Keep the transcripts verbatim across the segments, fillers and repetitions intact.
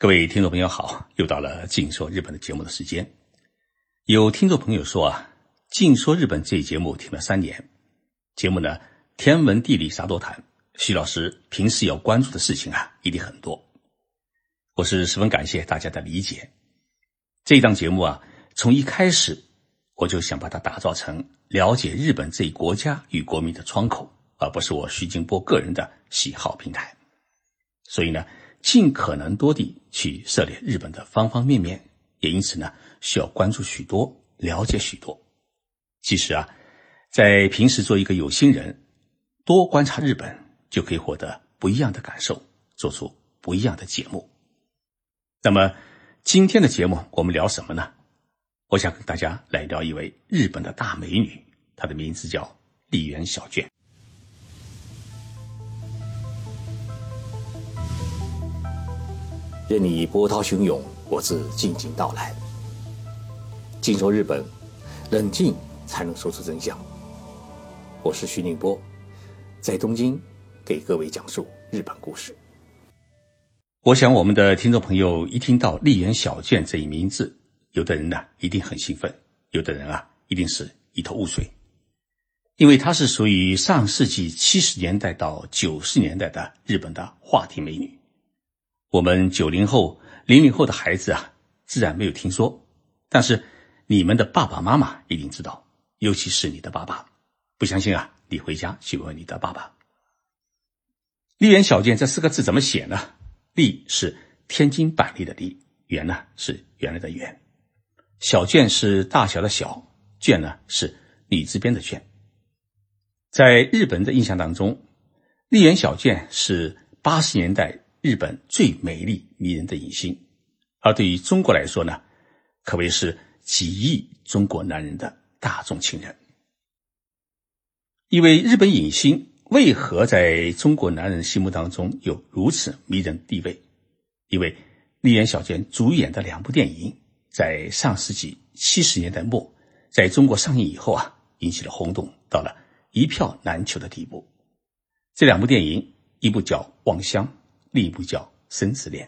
各位听众朋友好，又到了静说日本的节目的时间。有听众朋友说啊，静说日本这一节目听了三年，节目呢天文地理啥都谈，徐老师平时要关注的事情啊一定很多。我是十分感谢大家的理解。这一档节目啊，从一开始我就想把它打造成了解日本这一国家与国民的窗口，而不是我徐静波个人的喜好平台。所以呢，尽可能多地去涉猎日本的方方面面，也因此呢，需要关注许多，了解许多。其实啊，在平时做一个有心人，多观察日本，就可以获得不一样的感受，做出不一样的节目。那么今天的节目我们聊什么呢？我想跟大家来聊一位日本的大美女，她的名字叫笠原小卷。 任你波涛汹涌，我自静静到来。静说日本，冷静才能说出真相。我是徐宁波，在东京给各位讲述日本故事。 我想我们的听众朋友一听到笠原小卷这一名字，有的人呢一定很兴奋，有的人啊一定是一头雾水，因为她是属于上世纪七十年代到九十年代的日本的话题美女。我们九零后、零零后的孩子啊，自然没有听说，但是你们的爸爸妈妈一定知道，尤其是你的爸爸。不相信啊，你回家去问问你的爸爸。笠原小卷这四个字怎么写呢？笠是天津板栗的栗，原呢是原来的原，小卷是大小的小，卷呢是女字边的卷。在日本的印象当中，笠原小卷是八十年代日本最美丽迷人的影星，而对于中国来说呢，可谓是几亿中国男人的大众情人。一位日本影星为何在中国男人心目当中有如此迷人地位？因为笠原小卷主演的两部电影在上世纪七十年代末在中国上映以后啊，引起了轰动，到了一票难求的地步。这两部电影，一部叫《望乡》，另一部叫《生之恋》。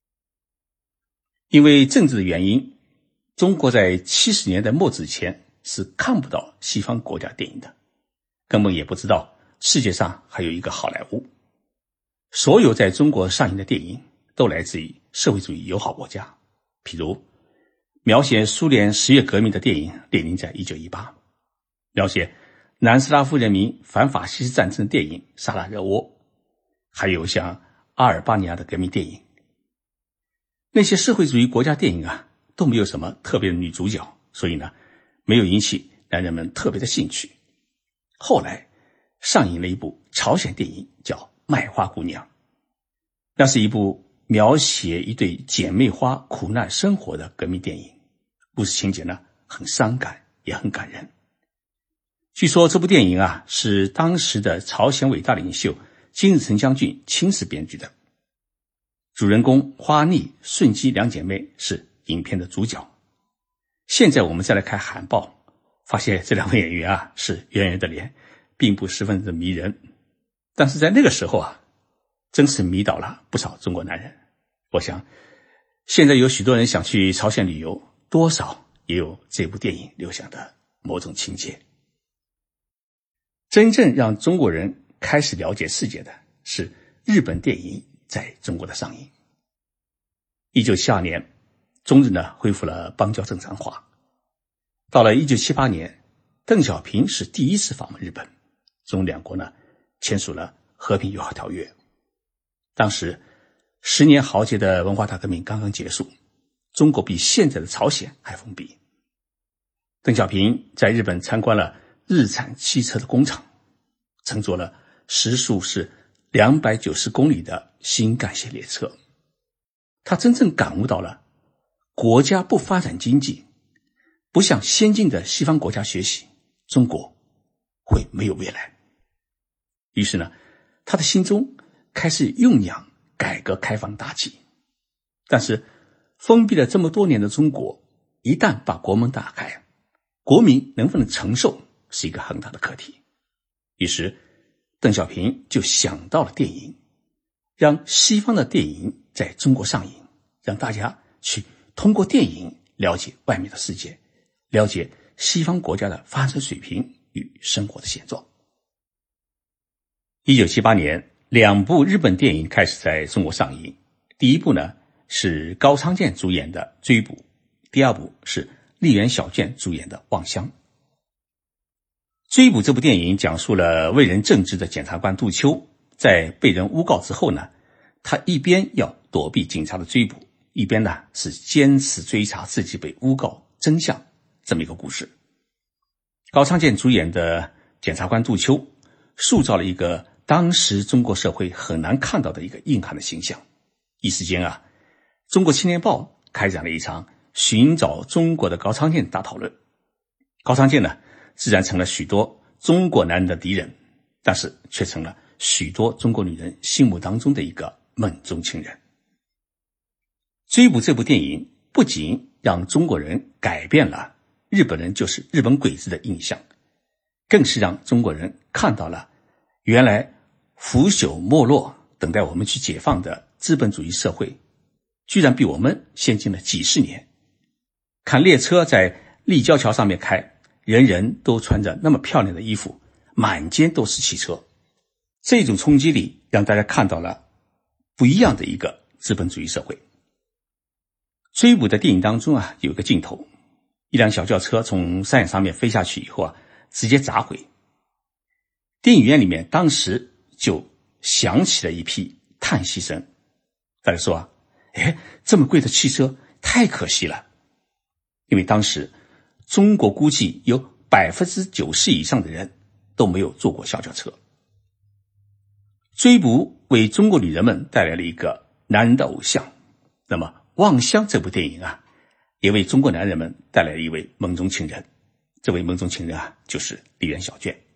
因为政治的原因，中国在七十年代末之前是看不到西方国家电影的，根本也不知道世界上还有一个好莱坞。所有在中国上映的电影都来自于社会主义友好国家，譬如描写苏联十月革命的电影《列宁在一九一八》，描写南斯拉夫人民反法西斯战争的电影《萨拉热窝》，还有像阿尔巴尼亚的革命电影。那些社会主义国家电影啊，都没有什么特别的女主角，所以呢，没有引起男人们特别的兴趣。后来上映了一部朝鲜电影叫《卖花姑娘》，那是一部描写一对姐妹花苦难生活的革命电影，故事情节呢很伤感也很感人。据说这部电影啊是当时的朝鲜伟大领袖金日成将军亲自编剧的，主人公花丽、顺姬两姐妹是影片的主角。现在我们再来看海报，发现这两位演员啊是圆圆的脸，并不十分的迷人，但是在那个时候啊，真是迷倒了不少中国男人。我想现在有许多人想去朝鲜旅游，多少也有这部电影留下的某种情节。真正让中国人开始了解世界的是日本电影在中国的上映。一九七二年，中日呢恢复了邦交正常化。到了一九七八年，邓小平是第一次访问日本，中两国呢签署了和平友好条约。当时十年豪杰的文化大革命刚刚结束，中国比现在的朝鲜还封闭。邓小平在日本参观了日产汽车的工厂，乘坐了时速是两百九十公里的新干线列车。他真正感悟到了国家不发展经济，不向先进的西方国家学习，中国会没有未来。于是呢，他的心中开始酝酿改革开放大计。但是封闭了这么多年的中国，一旦把国门打开，国民能不能承受是一个很大的课题。于是邓小平就想到了电影，让西方的电影在中国上映， 让大家去通过电影了解外面的世界，了解西方国家的发展水平与生活的现状。一九七八年，两部日本电影开始在中国上映。第一部呢是高仓健主演的《追捕》，第二部是笠原小健主演的《望乡》。《追捕》这部电影讲述了为人正直的检察官杜秋，在被人诬告之后呢，他一边要躲避警察的追捕，一边呢是坚持追查自己被诬告真相这么一个故事。高仓健主演的检察官杜秋塑造了一个当时中国社会很难看到的一个硬汉的形象。一时间啊，中国青年报开展了一场寻找中国的高仓健大讨论。高仓健呢自然成了许多中国男人的敌人，但是却成了许多中国女人心目当中的一个梦中情人。追捕这部电影不仅让中国人改变了日本人就是日本鬼子的印象，更是让中国人看到了原来腐朽没落等待我们去解放的资本主义社会居然比我们先进了几十年。看列车在立交桥上面开，人人都穿着那么漂亮的衣服，满街都是汽车，这种冲击力让大家看到了不一样的一个资本主义社会。追捕的电影当中啊，有一个镜头，一辆小轿车从山崖上面飞下去以后啊，直接砸毁。电影院里面当时就响起了一批叹息声，大家说啊，诶，这么贵的汽车太可惜了。因为当时中国估计有 百分之九十 以上的人都没有坐过小轿车。追捕为中国女人们带来了一个男人的偶像，那么望乡这部电影啊，也为中国男人们带来了一位梦中情人。这位梦中情人啊，就是笠原小健。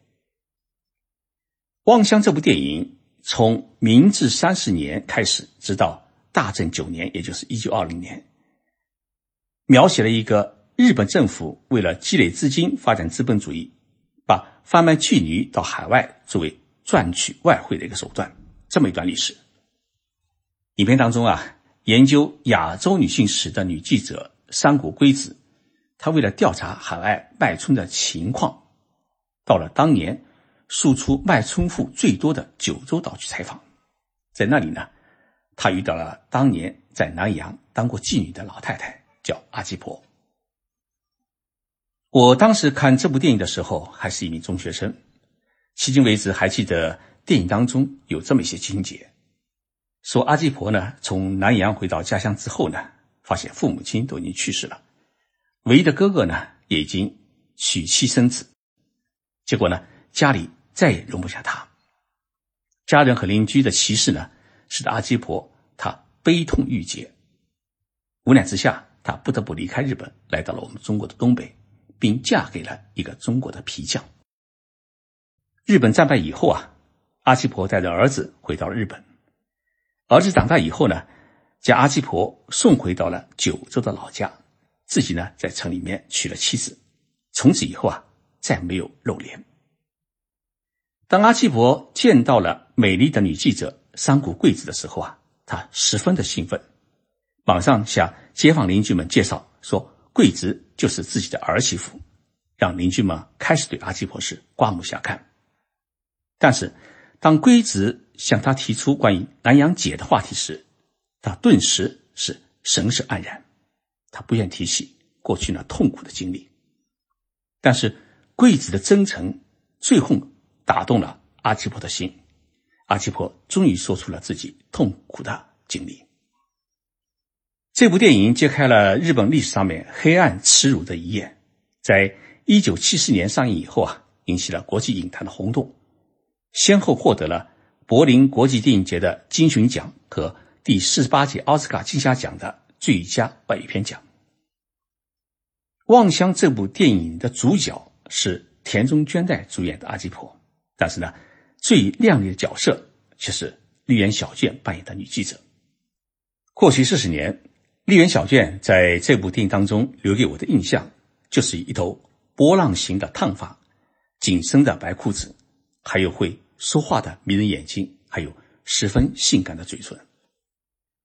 望乡这部电影从明治三十年开始，直到大正九年，也就是一九二零年，描写了一个日本政府为了积累资金发展资本主义，把贩卖妓女到海外作为赚取外汇的一个手段，这么一段历史。影片当中啊，研究亚洲女性史的女记者山谷圭子，她为了调查海外卖春的情况，到了当年输出卖春妇最多的九州岛去采访。在那里呢，她遇到了当年在南洋当过妓女的老太太，叫阿基婆。我当时看这部电影的时候还是一名中学生，迄今为止还记得电影当中有这么一些情节，说阿基婆呢从南洋回到家乡之后呢，发现父母亲都已经去世了，唯一的哥哥呢也已经娶妻生子，结果呢家里再也容不下他。家人和邻居的歧视呢，使得阿基婆她悲痛欲绝，无奈之下她不得不离开日本，来到了我们中国的东北，并嫁给了一个中国的皮匠。日本战败以后啊，阿基婆带着儿子回到了日本。儿子长大以后呢，将阿基婆送回到了九州的老家，自己呢在城里面娶了妻子，从此以后啊再没有露脸。当阿基婆见到了美丽的女记者山谷贵子的时候啊，她十分的兴奋，马上向街坊邻居们介绍说贵子就是自己的儿媳妇，让邻居们开始对阿基婆是刮目相看。但是当贵子向他提出关于南洋姐的话题时，他顿时是神色黯然，他不愿提起过去那痛苦的经历。但是贵子的真诚最后打动了阿基婆的心，阿基婆终于说出了自己痛苦的经历。这部电影揭开了日本历史上面黑暗耻辱的一页，在一九七四年上映以后啊，引起了国际影坛的轰动，先后获得了柏林国际电影节的金熊奖和第四十八届奥斯卡金像奖的最佳外语片奖。望乡这部电影的主角是田中绢代主演的阿基婆，但是呢，最亮丽的角色却是笠原小健扮演的女记者。过去四十年，笠原小健在这部电影当中留给我的印象，就是一头波浪形的烫发，紧身的白裤子，还有会说话的迷人眼睛，还有十分性感的嘴唇。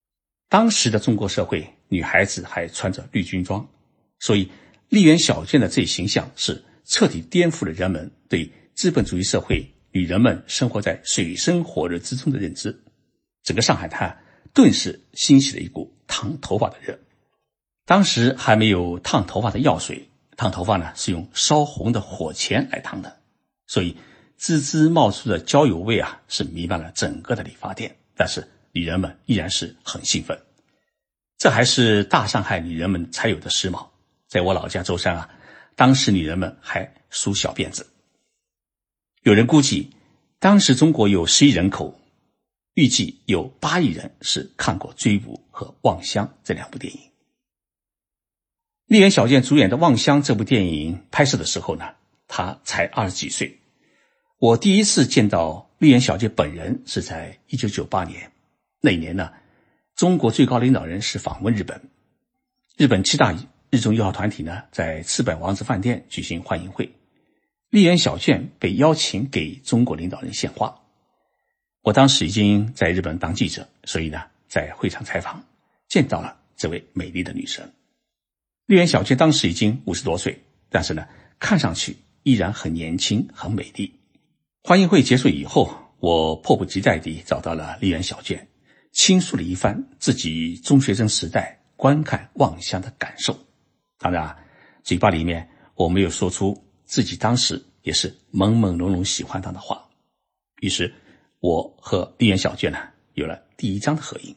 当时的中国社会，女孩子还穿着绿军装，所以丽媛小卷的这一形象是彻底颠覆了人们对资本主义社会女人们生活在水深火热之中的认知。整个上海滩顿时兴起了一股烫头发的热。当时还没有烫头发的药水，烫头发呢是用烧红的火钳来烫的，所以滋滋冒出的焦油味啊，是弥漫了整个的理发店。但是女人们依然是很兴奋，这还是大上海女人们才有的时髦。在我老家舟山啊，当时女人们还梳小辫子。有人估计，当时中国有十亿人口，预计有八亿人是看过《追捕》和《望乡》这两部电影。丽媛小卷主演的《望乡》这部电影拍摄的时候呢，她才二十几岁。我第一次见到丽媛小卷本人是在一九九八年，那一年呢，中国最高领导人是访问日本，日本七大日中友好团体呢在赤坂王子饭店举行欢迎会，丽媛小卷被邀请给中国领导人献花。我当时已经在日本当记者，所以呢在会场采访，见到了这位美丽的女神。丽媛小卷当时已经五十多岁，但是呢看上去依然很年轻很美丽。欢迎会结束以后，我迫不及待地找到了丽媛小卷，倾诉了一番自己中学生时代观看望乡的感受。当然嘴巴里面我没有说出自己当时也是朦朦胧胧喜欢她的话。于是我和丽媛小卷呢有了第一张的合影。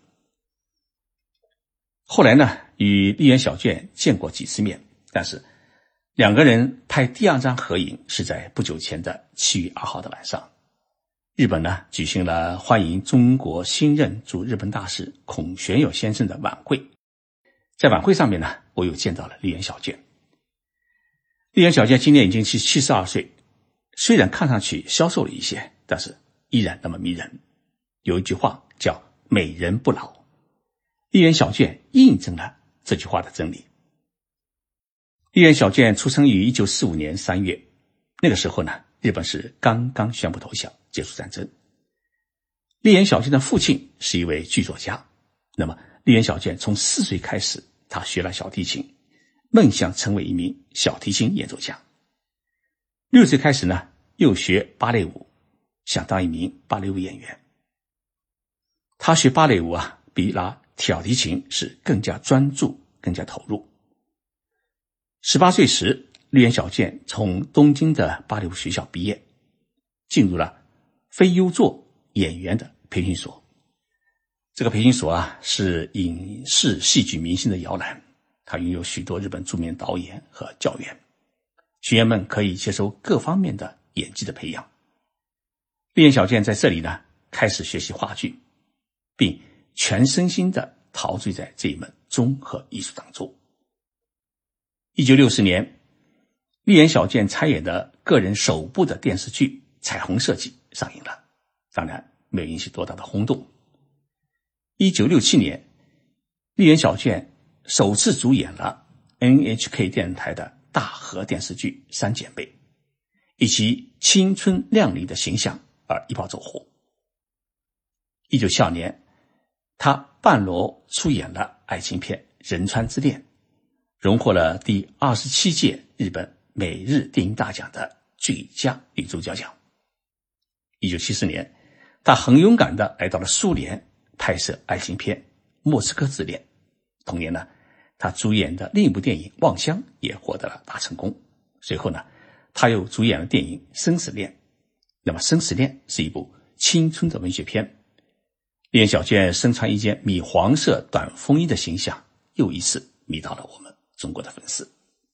后来呢与丽媛小卷见过几次面，但是两个人拍第二张合影是在不久前的七月二号的晚上。日本呢举行了欢迎中国新任驻日本大使孔玄友先生的晚会，在晚会上面呢，我又见到了丽媛小卷。丽媛小卷今年已经是七十二岁，虽然看上去消瘦了一些，但是依然那么迷人。有一句话叫美人不老，丽媛小卷印证了这句话的真理。丽媛小卷出生于一九四五年三月，那个时候呢，日本是刚刚宣布投降，结束战争。丽媛小卷的父亲是一位剧作家，那么丽媛小卷从四岁开始，她学了小提琴，梦想成为一名小提琴演奏家。六岁开始呢，又学芭蕾舞，想当一名芭蕾舞演员。她学芭蕾舞啊，比拉小提琴是更加专注，更加投入。十八岁时，丽媛小卷从东京的芭蕾舞学校毕业，进入了非优作演员的培训所。这个培训所啊，是影视戏剧明星的摇篮，它拥有许多日本著名导演和教员，学员们可以接受各方面的演技的培养。丽媛小卷在这里呢，开始学习话剧，并全身心地陶醉在这一门综合艺术当中。一九六四年，丽媛小卷参演的个人首部的电视剧《彩虹设计》上映了，当然没有引起多大的轰动。一九六七年，丽媛小卷首次主演了 N H K 电视台的大河电视剧《三姐妹》，以其青春靓丽的形象而一炮走红。一九七二年，她半裸出演了爱情片《仁川之恋》，荣获了第二十七届日本每日电影大奖的最佳女主角奖。一九七四年，她很勇敢地来到了苏联拍摄爱情片《莫斯科之恋》。同年呢，她主演的另一部电影《望乡》也获得了大成功。随后呢，她又主演了电影《生死恋》。那么《生死恋》是一部青春的文学片。丽媛小卷身穿一件米黄色短风衣的形象，又一次迷到了我们中国的粉丝。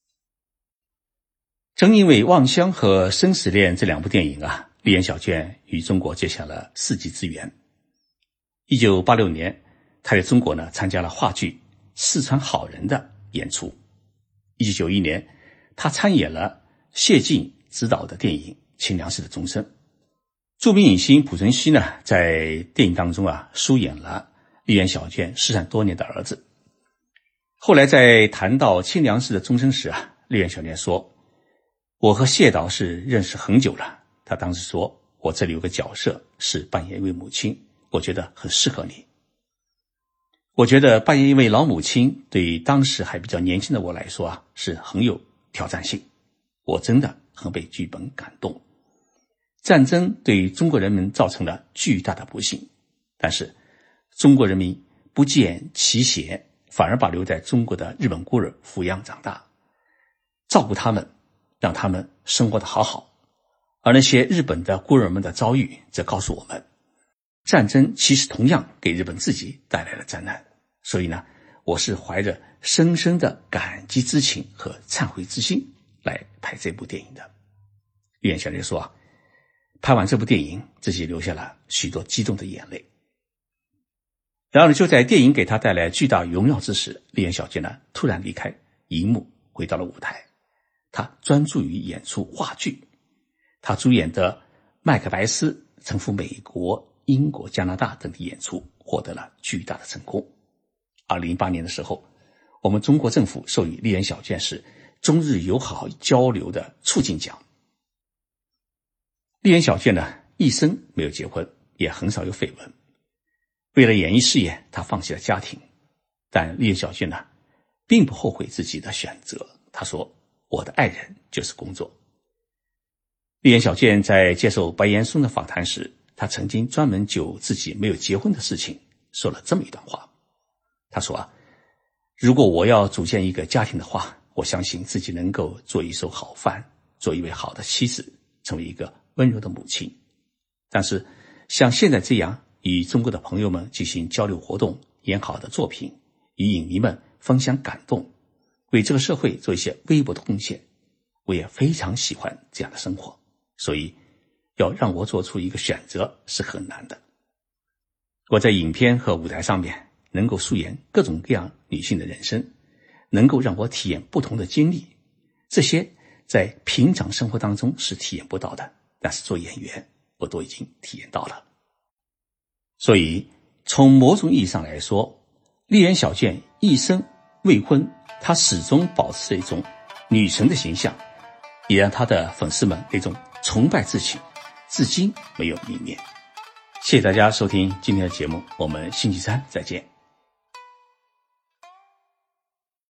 正因为《望乡》和《生死恋》这两部电影啊，丽媛小卷与中国结下了世纪之缘。一九八六年，她在中国呢参加了话剧《四川好人》的演出。一九九一年，她参演了谢晋执导的电影《清凉寺的钟声》。著名影星濮存昕呢，在电影当中啊，疏演了丽媛小卷失散多年的儿子。后来在谈到清凉寺的钟声时啊，丽媛小卷说：“我和谢导是认识很久了，他当时说我这里有个角色是扮演一位母亲，我觉得很适合你。” 我觉得扮演一位老母亲对当时还比较年轻的我来说啊，是很有挑战性。我真的很被剧本感动。战争对中国人民造成了巨大的不幸，但是中国人民不见其邪，反而把留在中国的日本孤儿抚养长大，照顾他们，让他们生活得好好。而那些日本的孤儿们的遭遇则告诉我们，战争其实同样给日本自己带来了灾难。所以呢，我是怀着深深的感激之情和忏悔之心来拍这部电影的。立原小介说啊，拍完这部电影自己流下了许多激动的眼泪。然而就在电影给他带来巨大荣耀之时，立原小介呢突然离开荧幕，回到了舞台。他专注于演出话剧，他主演的《麦克白斯》征服美国、英国、加拿大等地演出，获得了巨大的成功。二零零八年的时候，我们中国政府授予立原小介是中日友好交流的促进奖。立原小介呢，一生没有结婚，也很少有绯闻。为了演艺事业，他放弃了家庭。但立原小介呢，并不后悔自己的选择。他说：“我的爱人就是工作。”立原小介在接受白岩松的访谈时，他曾经专门就自己没有结婚的事情说了这么一段话。他说啊，如果我要组建一个家庭的话，我相信自己能够做一手好饭，做一位好的妻子，成为一个温柔的母亲。但是像现在这样与中国的朋友们进行交流活动，演好的作品，与影迷们分享感动，为这个社会做一些微薄的贡献，我也非常喜欢这样的生活。所以要让我做出一个选择是很难的。我在影片和舞台上面能够素演各种各样女性的人生，能够让我体验不同的经历，这些在平常生活当中是体验不到的，但是做演员我都已经体验到了。所以从某种意义上来说，立原小介一生未婚，她始终保持着一种女神的形象，也让她的粉丝们那种崇拜之情至今没有泯灭。谢谢大家收听今天的节目，我们星期三再见。